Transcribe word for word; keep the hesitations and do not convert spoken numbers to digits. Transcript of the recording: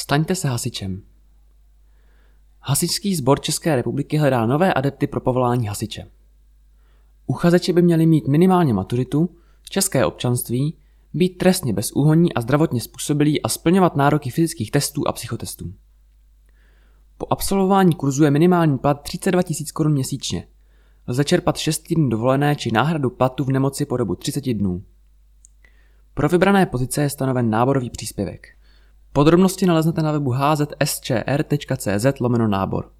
Staňte se hasičem. Hasičský sbor České republiky hledá nové adepty pro povolání hasiče. Uchazeči by měli mít minimálně maturitu, české občanství, být trestně bezúhonní a zdravotně způsobilí a splňovat nároky fyzických testů a psychotestů. Po absolvování kurzu je minimální plat třicet dva tisíc korun měsíčně. Lze čerpat šest týdnů dovolené či náhradu platu v nemoci po dobu třicet dnů. Pro vybrané pozice je stanoven náborový příspěvek. Podrobnosti naleznete na webu h z s č r tečka c z lomeno nábor.